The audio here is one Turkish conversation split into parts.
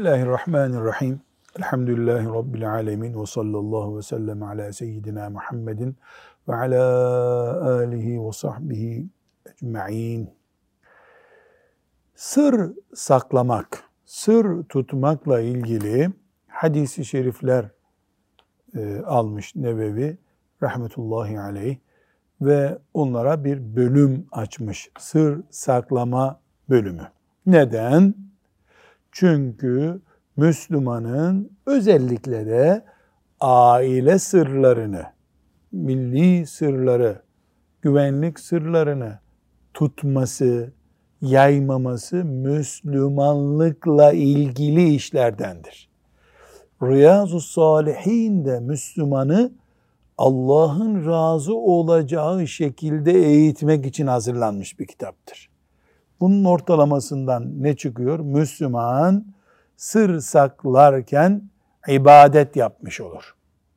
Bismillahirrahmanirrahim. Elhamdülillahi Rabbil alemin ve sallallahu ve sellem ala seyyidina Muhammedin ve ala alihi ve sahbihi ecma'in. Sır saklamak, sır tutmakla ilgili hadis-i şerifler almış Nevevi rahmetullahi aleyh ve onlara bir bölüm açmış. Sır saklama bölümü. Neden? Çünkü Müslümanın özellikle de aile sırlarını, milli sırları, güvenlik sırlarını tutması, yaymaması Müslümanlıkla ilgili işlerdendir. Riyazu-s-Salihin de Müslümanı Allah'ın razı olacağı şekilde eğitmek için hazırlanmış bir kitaptır. Bunun ortalamasından ne çıkıyor? Müslüman sır saklarken ibadet yapmış olur.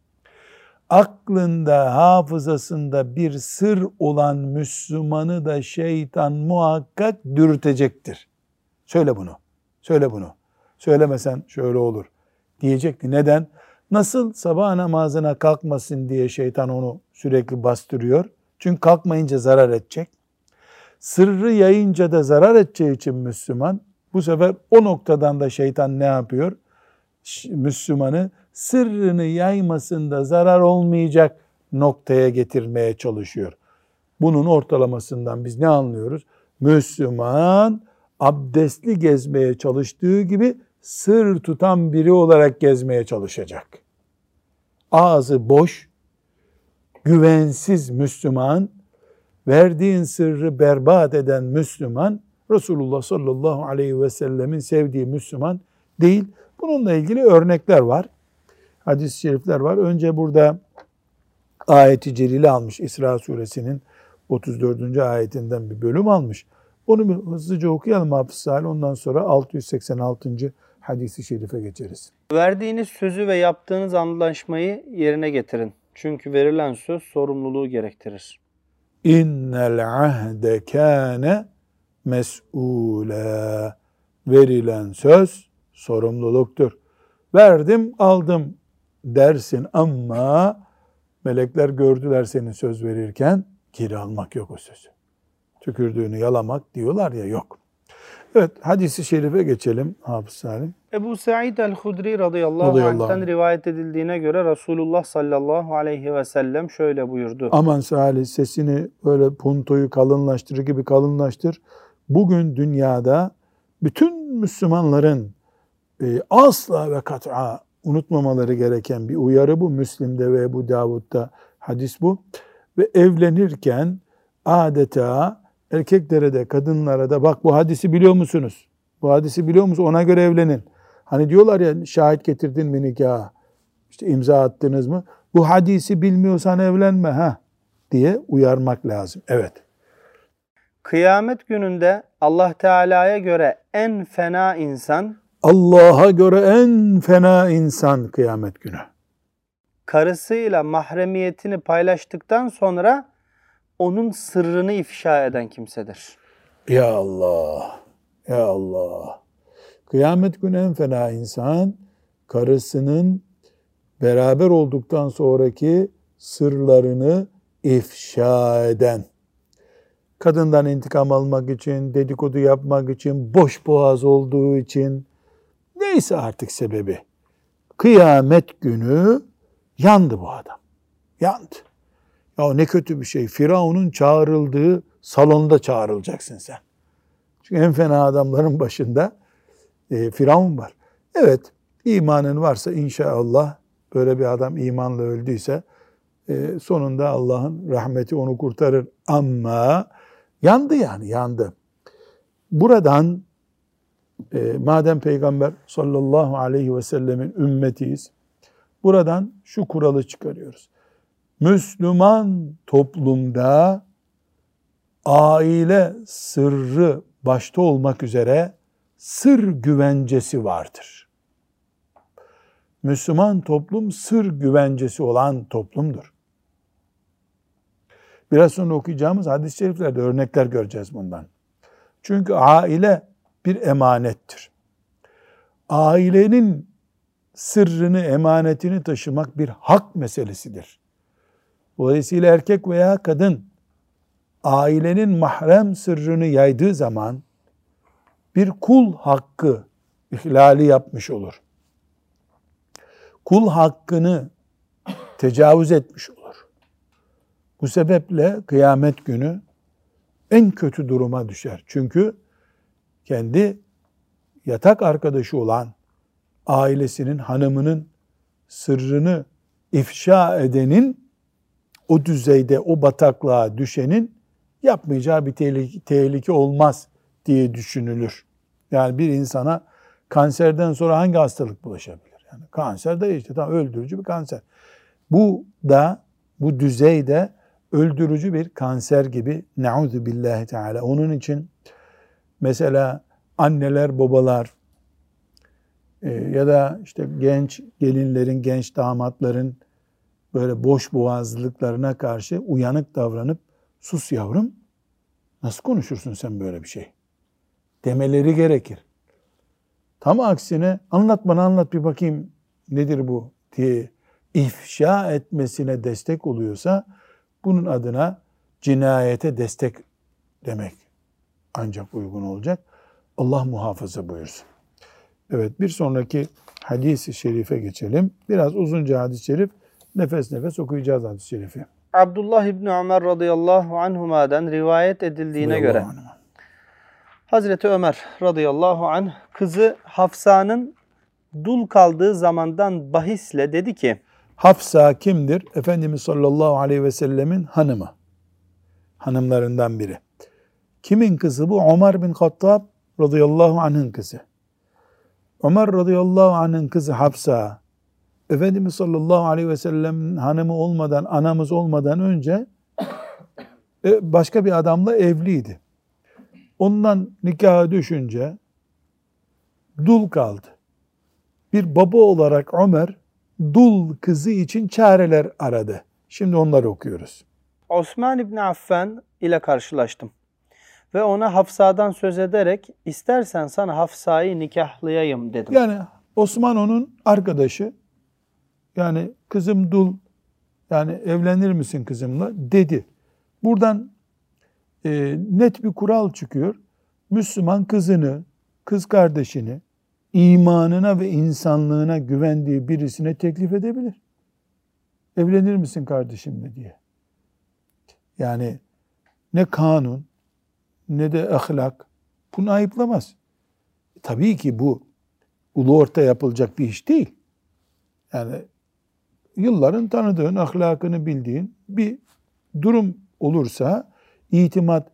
Aklında, hafızasında bir sır olan Müslümanı da şeytan muhakkak dürtecektir. Söyle bunu, söyle bunu. Söylemesen şöyle olur diyecekti. Neden? Nasıl sabah namazına kalkmasın diye şeytan onu sürekli bastırıyor? Çünkü kalkmayınca zarar edecek. Sırrı yayınca da zarar edeceği için Müslüman, bu sefer o noktadan da şeytan ne yapıyor? Müslümanı sırrını yaymasında zarar olmayacak noktaya getirmeye çalışıyor. Bunun ortalamasından biz ne anlıyoruz? Müslüman abdestli gezmeye çalıştığı gibi sır tutan biri olarak gezmeye çalışacak. Ağzı boş, güvensiz Müslüman, verdiğin sırrı berbat eden Müslüman, Resulullah sallallahu aleyhi ve sellemin sevdiği Müslüman değil. Bununla ilgili örnekler var. Hadis-i şerifler var. Önce burada ayeti celile almış. İsra suresinin 34. ayetinden bir bölüm almış. Onu bir hızlıca okuyalım Hafız Salih. Ondan sonra 686. hadis-i şerife geçeriz. Verdiğiniz sözü ve yaptığınız anlaşmayı yerine getirin. Çünkü verilen söz sorumluluğu gerektirir. İnnel ahde kâne mes'ûlâ. Verilen söz sorumluluktur. Verdim, aldım dersin ama melekler gördüler senin söz verirken, geri almak yok o sözü. Tükürdüğünü yalamak diyorlar ya, yok. Evet, hadis-i şerife geçelim Hafız Salim. Ebu Sa'id el-Hudri radıyallahu anh'ten rivayet edildiğine göre Resulullah sallallahu aleyhi ve sellem şöyle buyurdu. Aman Salih, sesini böyle puntoyu kalınlaştırır gibi kalınlaştır. Bugün dünyada bütün Müslümanların asla ve kat'a unutmamaları gereken bir uyarı bu. Müslim'de ve Ebu Davud'da hadis bu. Ve evlenirken adeta erkeklere de kadınlara da bak bu hadisi biliyor musunuz? Bu hadisi biliyor musunuz? Ona göre evlenin. Hani diyorlar ya, şahit getirdin mi nikaha? İşte imza attınız mı? Bu hadisi bilmiyorsan evlenme diye uyarmak lazım. Evet. Kıyamet gününde Allah Teala'ya göre en fena insan, Allah'a göre en fena insan kıyamet günü, karısıyla mahremiyetini paylaştıktan sonra onun sırrını ifşa eden kimsedir. Ya Allah, ya Allah. Kıyamet günü en fena insan, karısının beraber olduktan sonraki sırlarını ifşa eden, kadından intikam almak için, dedikodu yapmak için, boş boğaz olduğu için, neyse artık sebebi. Kıyamet günü yandı bu adam. Yandı. Ya ne kötü bir şey. Firavun'un çağrıldığı salonda çağrılacaksın sen. Çünkü en fena adamların başında Firavun var. Evet, imanın varsa inşallah, böyle bir adam imanla öldüyse sonunda Allah'ın rahmeti onu kurtarır. Ama yandı, yani yandı. Buradan madem Peygamber sallallahu aleyhi ve sellemin ümmetiyiz, buradan şu kuralı çıkarıyoruz. Müslüman toplumda aile sırrı başta olmak üzere sır güvencesi vardır. Müslüman toplum sır güvencesi olan toplumdur. Biraz sonra okuyacağımız hadis-i şeriflerde örnekler göreceğiz bundan. Çünkü aile bir emanettir. ailenin sırrını, emanetini taşımak bir hak meselesidir. Dolayısıyla erkek veya kadın ailenin mahrem sırrını yaydığı zaman bir kul hakkı ihlali yapmış olur. Kul hakkını tecavüz etmiş olur. Bu sebeple kıyamet günü en kötü duruma düşer. Çünkü kendi yatak arkadaşı olan ailesinin, hanımının sırrını ifşa edenin, o düzeyde, o bataklığa düşenin yapmayacağı bir tehlike olmaz diye düşünülür. Yani bir insana kanserden sonra hangi hastalık bulaşabilir? Yani kanser de işte tam öldürücü bir kanser. Bu da, bu düzeyde öldürücü bir kanser gibi, ne'udhu billahi teala. Onun için mesela anneler, babalar ya da işte genç gelinlerin, genç damatların böyle boş boğazlılıklarına karşı uyanık davranıp sus yavrum, nasıl konuşursun sen böyle bir şey demeleri gerekir. Tam aksine anlat bana, anlat bir bakayım nedir bu diye ifşa etmesine destek oluyorsa bunun adına cinayete destek demek ancak uygun olacak. Allah muhafaza buyursun. Evet, bir sonraki hadis-i şerife geçelim. Biraz uzunca hadis-i şerif, nefes nefes okuyacağız hadis-i şerifi. Abdullah İbni Ömer radıyallahu anhuma'dan rivayet edildiğine göre Hazreti Ömer radıyallahu anh kızı Hafsa'nın dul kaldığı zamandan bahisle dedi ki, Hafsa kimdir? Efendimiz sallallahu aleyhi ve sellemin hanımı. Hanımlarından biri. Kimin kızı bu? Ömer bin Hattab radıyallahu anh'ın kızı. Ömer radıyallahu anh'ın kızı Hafsa, Efendimiz sallallahu aleyhi ve sellem'in hanımı olmadan, anamız olmadan önce başka bir adamla evliydi. Ondan nikaha düşünce dul kaldı. Bir baba olarak Ömer dul kızı için çareler aradı. Şimdi onları okuyoruz. Osman İbni Affan ile karşılaştım. Ve ona Hafsa'dan söz ederek istersen sana Hafsa'yı nikahlayayım dedim. Yani Osman onun arkadaşı. Yani kızım dul, yani evlenir misin kızımla dedi. Buradan net bir kural çıkıyor. Müslüman kızını, kız kardeşini imanına ve insanlığına güvendiği birisine teklif edebilir. Evlenir misin kardeşimle diye. Yani ne kanun ne de ahlak bunu ayıplamaz. Tabii ki bu ulu orta yapılacak bir iş değil. Yani yılların tanıdığın, ahlakını bildiğin bir durum olursa, itimat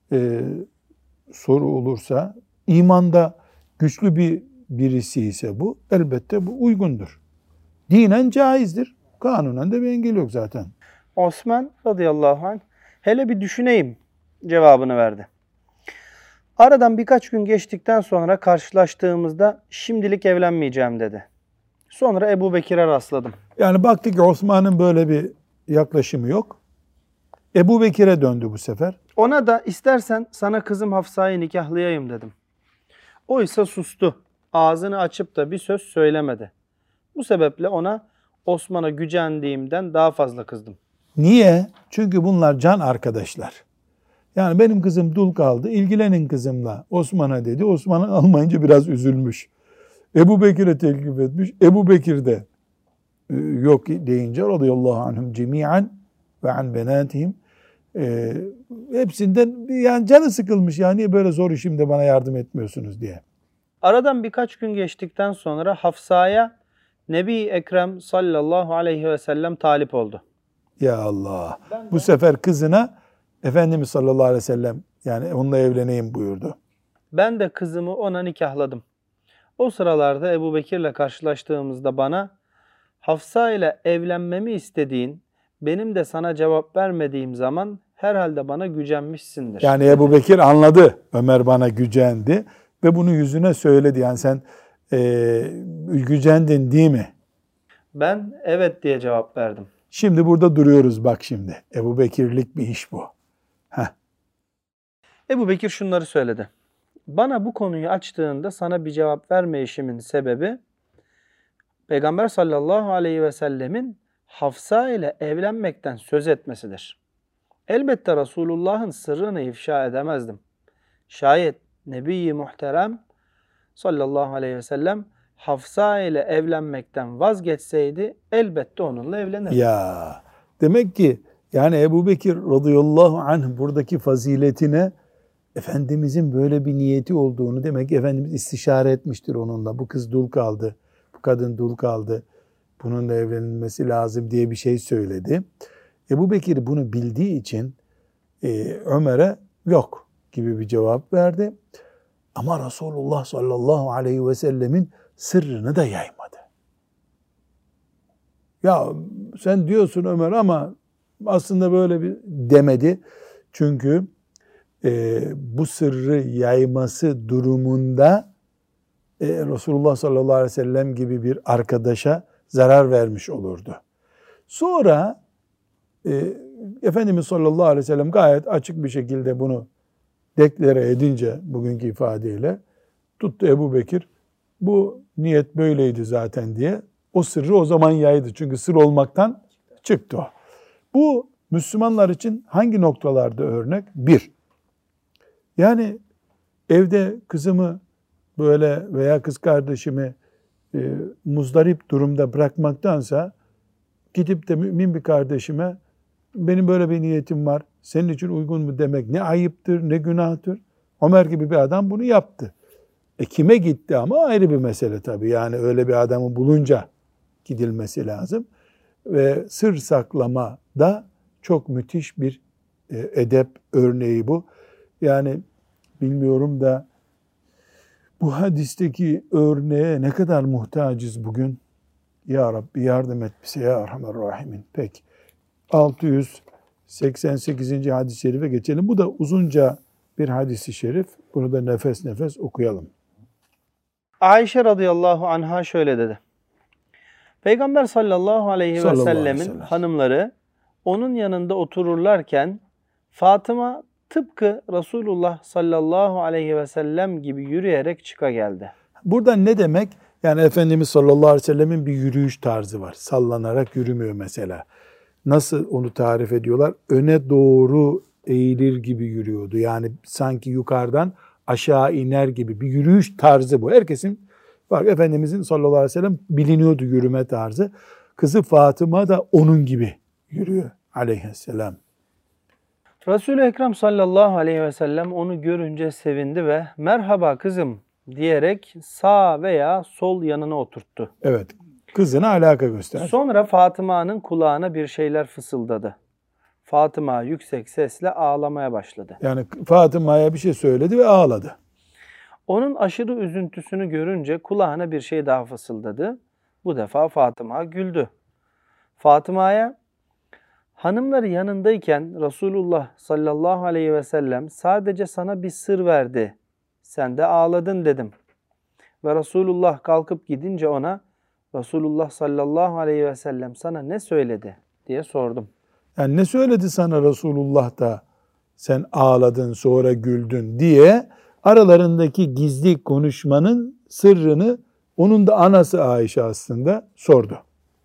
soru olursa, imanda güçlü birisi ise bu, elbette bu uygundur. Dinen caizdir. Kanunen de bir engel yok zaten. Osman radıyallahu anh hele bir düşüneyim cevabını verdi. Aradan birkaç gün geçtikten sonra karşılaştığımızda şimdilik evlenmeyeceğim dedi. Sonra Ebu Bekir'e rastladım. Yani baktık ki Osman'ın böyle bir yaklaşımı yok. Ebu Bekir'e döndü bu sefer. Ona da istersen sana kızım Hafsa'yı nikahlayayım dedim. O ise sustu. Ağzını açıp da bir söz söylemedi. Bu sebeple ona Osman'a gücendiğimden daha fazla kızdım. Niye? Çünkü bunlar can arkadaşlar. Yani benim kızım dul kaldı, ilgilenin kızımla Osman'a dedi. Osman'ı almayınca biraz üzülmüş. Ebu Bekir'e teklif etmiş. Ebu Bekir de yok deyince radıyallahu anhum cemiyen ve an benatihim hepsinden yani canı sıkılmış. Yani niye böyle zor işimde bana yardım etmiyorsunuz diye. Aradan birkaç gün geçtikten sonra Hafsa'ya Nebi Ekrem sallallahu aleyhi ve sellem talip oldu. Ya Allah. Bu sefer kızına Efendimiz sallallahu aleyhi ve sellem yani onunla evleneyim buyurdu. Ben de kızımı ona nikahladım. O sıralarda Ebu Bekir'le karşılaştığımızda bana Hafsa ile evlenmemi istediğin, benim de sana cevap vermediğim zaman herhalde bana gücenmişsindir. Yani Ebu Bekir anladı Ömer bana gücendi ve bunu yüzüne söyledi. Yani sen gücendin değil mi? Ben evet diye cevap verdim. Şimdi burada duruyoruz bak şimdi. Ebu Bekirlik bir iş bu. Ebu Bekir şunları söyledi. Bana bu konuyu açtığında sana bir cevap vermeyişimin sebebi Peygamber sallallahu aleyhi ve sellemin Hafsa ile evlenmekten söz etmesidir. Elbette Resulullah'ın sırrını ifşa edemezdim. Şayet Nebi-i Muhterem sallallahu aleyhi ve sellem Hafsa ile evlenmekten vazgeçseydi elbette onunla evlenirdi. Ya demek ki yani Ebu Bekir radıyallahu anh buradaki faziletine Efendimizin böyle bir niyeti olduğunu, demek ki Efendimiz istişare etmiştir onunla. Bu kız dul kaldı, bu kadın dul kaldı, bununla evlenilmesi lazım diye bir şey söyledi. Ebu Bekir bunu bildiği için Ömer'e yok gibi bir cevap verdi. Ama Resulullah sallallahu aleyhi ve sellemin sırrını da yaymadı. Ya sen diyorsun Ömer ama aslında böyle bir demedi. Çünkü bu sırrı yayması durumunda Resulullah sallallahu aleyhi ve sellem gibi bir arkadaşa zarar vermiş olurdu. Sonra Efendimiz sallallahu aleyhi ve sellem gayet açık bir şekilde bunu deklare edince bugünkü ifadeyle tuttu Ebu Bekir. Bu niyet böyleydi zaten diye o sırrı o zaman yaydı. Çünkü sır olmaktan çıktı o. Bu Müslümanlar için hangi noktalarda örnek? Bir, yani evde kızımı böyle veya kız kardeşimi muzdarip durumda bırakmaktansa gidip de mümin bir kardeşime benim böyle bir niyetim var, senin için uygun mu demek ne ayıptır ne günahtır. Ömer gibi bir adam bunu yaptı. Kime gitti ama ayrı bir mesele tabii. Yani öyle bir adamı bulunca gidilmesi lazım. Ve sır saklama da çok müthiş bir edep örneği bu. Yani bilmiyorum da bu hadisteki örneğe ne kadar muhtacız bugün? Ya Rabbi yardım et bize ya Erhamerrahimin. Peki 688. hadis-i şerife geçelim. Bu da uzunca bir hadis-i şerif. Bunu da nefes nefes okuyalım. Ayşe radıyallahu anha şöyle dedi. Peygamber sallallahu aleyhi ve sellemin hanımları onun yanında otururlarken Fatıma tıpkı Resulullah sallallahu aleyhi ve sellem gibi yürüyerek çıka geldi. Burada ne demek? Yani Efendimiz sallallahu aleyhi ve sellemin bir yürüyüş tarzı var. Sallanarak yürümüyor mesela. Nasıl onu tarif ediyorlar? Öne doğru eğilir gibi yürüyordu. Yani sanki yukarıdan aşağı iner gibi bir yürüyüş tarzı bu. Herkesin var. Efendimizin sallallahu aleyhi ve sellem biliniyordu yürüme tarzı. Kızı Fatıma da onun gibi yürüyor aleyhisselam. Resul-i Ekrem sallallahu aleyhi ve sellem onu görünce sevindi ve merhaba kızım diyerek sağ veya sol yanına oturttu. Evet, kızına alaka göster. Sonra Fatıma'nın kulağına bir şeyler fısıldadı. Fatıma yüksek sesle ağlamaya başladı. Yani Fatıma'ya bir şey söyledi ve ağladı. Onun aşırı üzüntüsünü görünce kulağına bir şey daha fısıldadı. Bu defa Fatıma güldü. Fatıma'ya hanımları yanındayken Resulullah sallallahu aleyhi ve sellem sadece sana bir sır verdi. Sen de ağladın dedim. Ve Resulullah kalkıp gidince ona Resulullah sallallahu aleyhi ve sellem sana ne söyledi diye sordum. Yani ne söyledi sana Resulullah da sen ağladın sonra güldün diye aralarındaki gizli konuşmanın sırrını onun da anası Ayşe aslında sordu.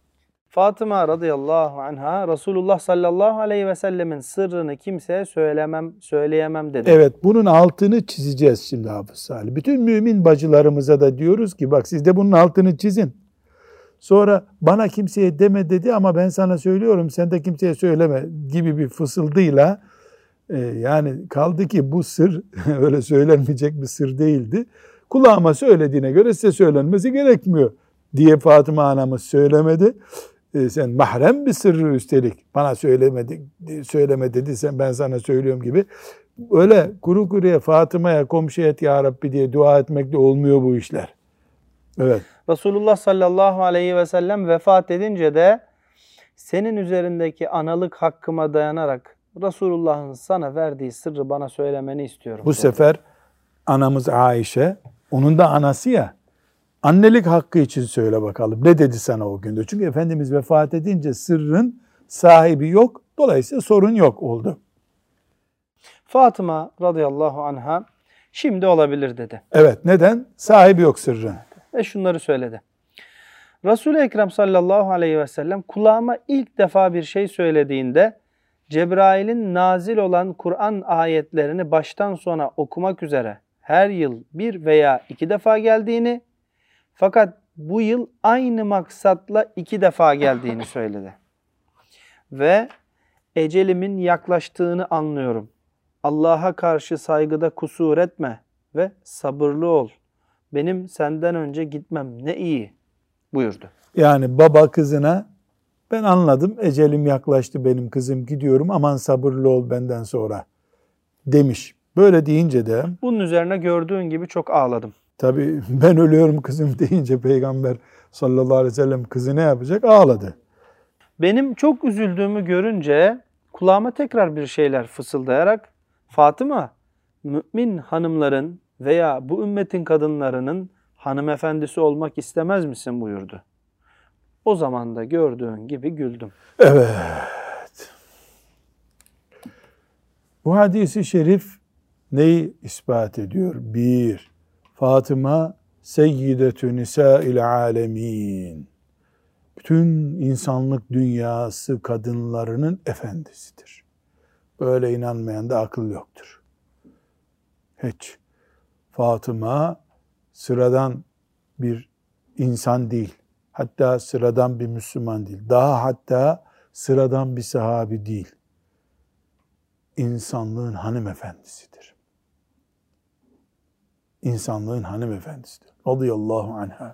Fatıma radıyallahu anha Resulullah sallallahu aleyhi ve sellemin sırrını kimseye söyleyemem dedi. Evet, bunun altını çizeceğiz şimdi Hafız Salih. Bütün mümin bacılarımıza da diyoruz ki bak siz de bunun altını çizin. Sonra bana kimseye deme dedi ama ben sana söylüyorum sen de kimseye söyleme gibi bir fısıldıyla yani kaldı ki bu sır öyle söylenmeyecek bir sır değildi. Kulağıma söylediğine göre size söylenmesi gerekmiyor diye Fatıma anamız söylemedi. Sen mahrem bir sırrı üstelik bana söyleme dediysen ben sana söylüyorum gibi. Öyle kuru kuruya Fatıma'ya komşu et ya Rabbi diye dua etmekle olmuyor bu işler. Evet. Resulullah sallallahu aleyhi ve sellem vefat edince de senin üzerindeki analık hakkıma dayanarak Resulullah'ın sana verdiği sırrı bana söylemeni istiyorum. Bu sefer anamız Ayşe, onun da anası ya, annelik hakkı için söyle bakalım. Ne dedi sana o günde? Çünkü Efendimiz vefat edince sırrın sahibi yok. Dolayısıyla sorun yok oldu. Fatıma radıyallahu anha Şimdi olabilir dedi. Evet, neden? Sahibi yok sırrın. Ve şunları söyledi. Resul-i Ekrem sallallahu aleyhi ve sellem kulağıma ilk defa bir şey söylediğinde Cebrail'in nazil olan Kur'an ayetlerini baştan sona okumak üzere her yıl 1 veya 2 defa geldiğini, fakat bu yıl aynı maksatla 2 defa geldiğini söyledi. Ve ecelimin yaklaştığını anlıyorum. Allah'a karşı saygıda kusur etme ve sabırlı ol. Benim senden önce gitmem ne iyi buyurdu. Yani baba kızına, ben anladım, ecelim yaklaştı, benim kızım gidiyorum, aman sabırlı ol benden sonra demiş. Böyle deyince de Bunun üzerine gördüğün gibi çok ağladım. tabii ben ölüyorum kızım deyince Peygamber sallallahu aleyhi ve sellem kızı ne yapacak? Ağladı. Benim çok üzüldüğümü görünce kulağıma tekrar bir şeyler fısıldayarak, Fatıma, mümin hanımların veya bu ümmetin kadınlarının hanımefendisi olmak istemez misin buyurdu. O zaman da gördüğün gibi güldüm. Evet. Bu hadisi şerif neyi ispat ediyor? Bir, Fatıma seyyidetü nisâil âlemîn. Bütün insanlık dünyası kadınlarının efendisidir. Böyle inanmayan da akıl yoktur. Hiç. Fatıma sıradan bir insan değil. Hatta sıradan bir Müslüman değil. Daha hatta sıradan bir sahabi değil. İnsanlığın hanımefendisidir. İnsanlığın hanımefendisidir. Radıyallahu anha.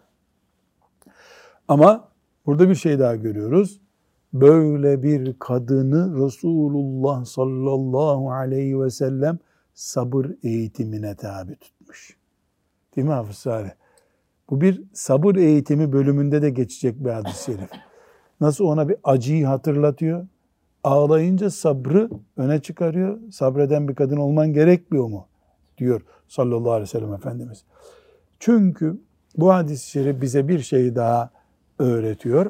Ama burada bir şey daha görüyoruz. Böyle bir kadını Resulullah sallallahu aleyhi ve sellem sabır eğitimine tabi tutmuş. Değil mi Hafız Salih? Bu bir sabır eğitimi bölümünde de geçecek bir hadis-i şerif. Nasıl ona bir acıyı hatırlatıyor? Ağlayınca sabrı öne çıkarıyor. Sabreden bir kadın olman gerekmiyor mu? Diyor sallallahu aleyhi ve sellem Efendimiz. Çünkü bu hadis-i şerif bize bir şey daha öğretiyor.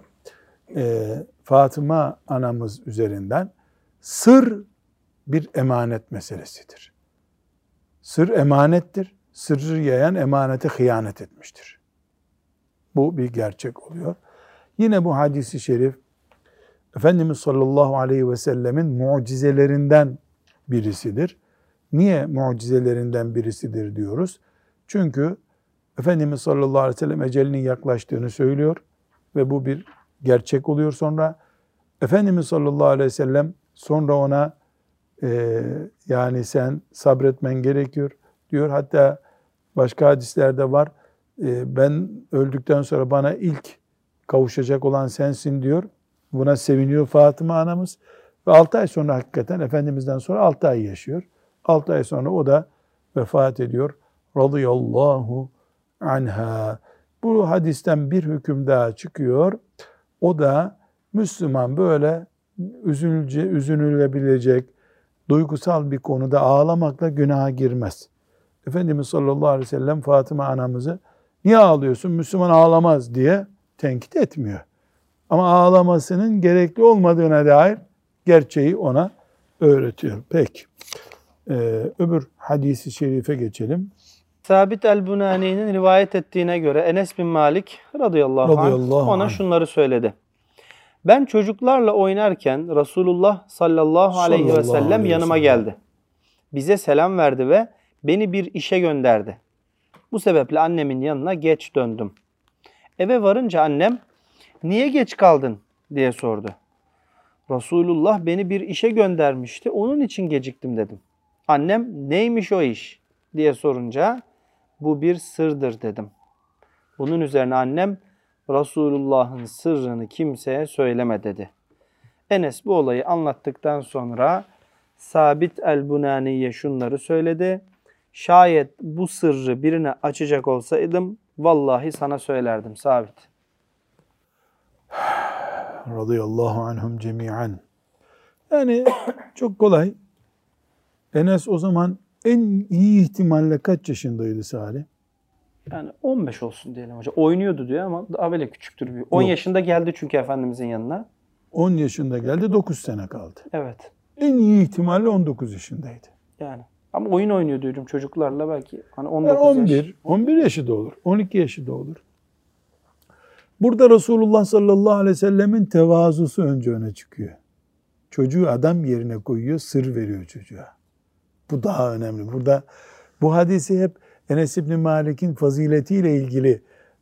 Fatıma anamız üzerinden sır bir emanet meselesidir. Sır emanettir. Sırrı yayan emanete hıyanet etmiştir. Bu bir gerçek oluyor. Yine bu hadis-i şerif Efendimiz sallallahu aleyhi ve sellemin mucizelerinden birisidir. Niye mucizelerinden birisidir diyoruz? Çünkü Efendimiz sallallahu aleyhi ve sellem ecelinin yaklaştığını söylüyor ve bu bir gerçek oluyor sonra. Efendimiz sallallahu aleyhi ve sellem sonra ona yani sen sabretmen gerekiyor diyor. Hatta başka hadislerde var. Ben öldükten sonra bana ilk kavuşacak olan sensin diyor. Buna seviniyor Fatıma anamız. Ve 6 ay sonra hakikaten Efendimiz'den sonra 6 ay yaşıyor. 6 ay sonra o da vefat ediyor. Radıyallahu anha. Bu hadisten bir hüküm daha çıkıyor. O da Müslüman böyle üzünülebilecek, duygusal bir konuda ağlamakla günaha girmez. Efendimiz sallallahu aleyhi ve sellem Fatıma anamızı niye ağlıyorsun? Müslüman ağlamaz diye tenkit etmiyor. Ama ağlamasının gerekli olmadığına dair gerçeği ona öğretiyor. Peki. Öbür hadisi şerife geçelim. Sabit el-Bunani'nin rivayet ettiğine göre Enes bin Malik radıyallahu anh ona şunları söyledi. Ben çocuklarla oynarken Resulullah sallallahu aleyhi ve sellem yanıma geldi. Bize selam verdi ve beni bir işe gönderdi. Bu sebeple annemin yanına geç döndüm. Eve varınca annem niye geç kaldın diye sordu. Resulullah beni bir işe göndermişti, onun için geciktim dedim. Annem neymiş o iş diye sorunca bu bir sırdır dedim. Bunun üzerine annem Resulullah'ın sırrını kimseye söyleme dedi. Enes bu olayı anlattıktan sonra Sabit el-Bunani'ye şunları söyledi. Şayet bu sırrı birine açacak olsaydım vallahi sana söylerdim Sabit. Radıyallahu anhum cemiyen. Yani çok kolay. Enes o zaman en iyi ihtimalle kaç yaşındaydı Salih? Yani 15 olsun diyelim hocam. Oynuyordu diyor ama daha böyle küçüktür. 10 yaşında geldi çünkü Efendimizin yanına. 10 yaşında geldi, 9 sene kaldı. Evet. En iyi ihtimalle 19 yaşındaydı. Yani Ama oyun oynuyor diyorum çocuklarla belki. Hani Yani 19 yaş. 11 yaşı da olur, 12 yaşı da olur. Burada Resulullah sallallahu aleyhi ve sellemin tevazusu önce öne çıkıyor. Çocuğu adam yerine koyuyor, sır veriyor çocuğa. Bu daha önemli. Burada bu hadisi hep Enes İbni Malik'in faziletiyle ilgili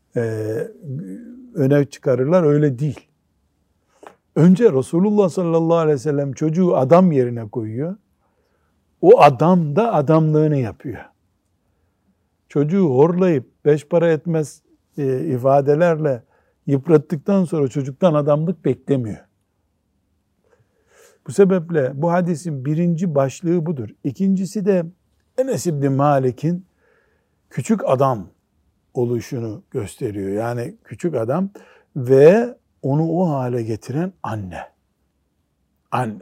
öne çıkarırlar. Öyle değil. Önce Resulullah sallallahu aleyhi ve sellem çocuğu adam yerine koyuyor. O adam da adamlığını yapıyor. Çocuğu horlayıp beş para etmez ifadelerle yıprattıktan sonra çocuktan adamlık beklemiyor. Bu sebeple bu hadisin birinci başlığı budur. İkincisi de Enes İbni Malik'in küçük adam oluşunu gösteriyor. Yani küçük adam ve onu o hale getiren anne. Anne.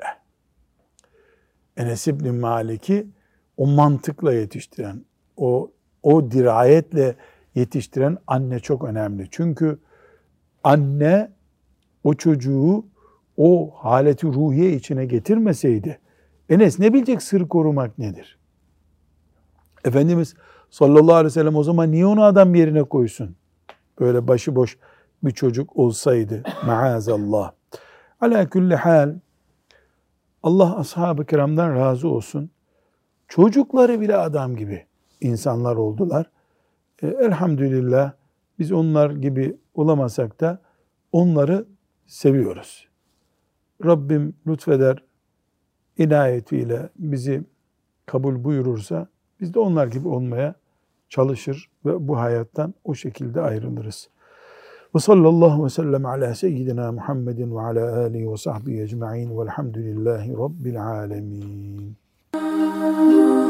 Enes İbni Malik'i o mantıkla yetiştiren, o dirayetle yetiştiren anne çok önemli. Çünkü anne o çocuğu o haleti ruhiye içine getirmeseydi Enes ne bilecek sır korumak nedir? Efendimiz sallallahu aleyhi ve sellem o zaman niye onu adam yerine koysun? Böyle başıboş bir çocuk olsaydı maazallah. Ala kulli hal Allah ashab-ı kiramdan razı olsun. Çocukları bile adam gibi insanlar oldular. Elhamdülillah biz onlar gibi olamasak da onları seviyoruz. Rabbim lütfeder, inayetiyle bizi kabul buyurursa biz de onlar gibi olmaya çalışır ve bu hayattan o şekilde ayrılırız. Ve sallallahu ve sellem ala seyyidina Muhammedin ve ala alihi ve sahbihi ecma'in velhamdülillahi rabbil alemin.